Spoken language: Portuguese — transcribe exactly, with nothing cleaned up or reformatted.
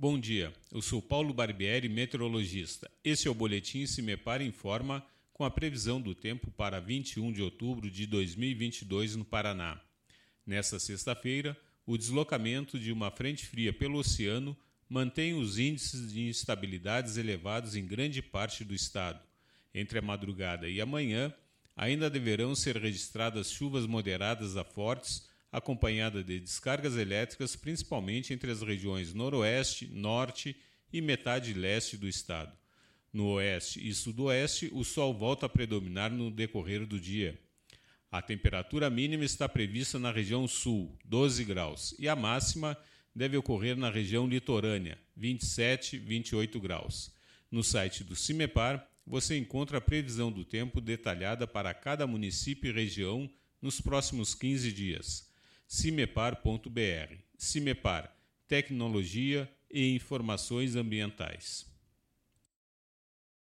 Bom dia, eu sou Paulo Barbieri, meteorologista. Este é o Boletim Cimepar Informa com a previsão do tempo para vinte e um de outubro de dois mil e vinte e dois no Paraná. Nesta sexta-feira, o deslocamento de uma frente fria pelo oceano mantém os índices de instabilidades elevados em grande parte do estado. Entre a madrugada e amanhã, ainda deverão ser registradas chuvas moderadas a fortes, acompanhada de descargas elétricas, principalmente entre as regiões noroeste, norte e metade leste do estado. No oeste e sudoeste, o sol volta a predominar no decorrer do dia. A temperatura mínima está prevista na região sul, doze graus, e a máxima deve ocorrer na região litorânea, vinte e sete, vinte e oito graus. No site do Cimepar, você encontra a previsão do tempo detalhada para cada município e região nos próximos quinze dias. cimepar ponto br. Cimepar, tecnologia e informações ambientais.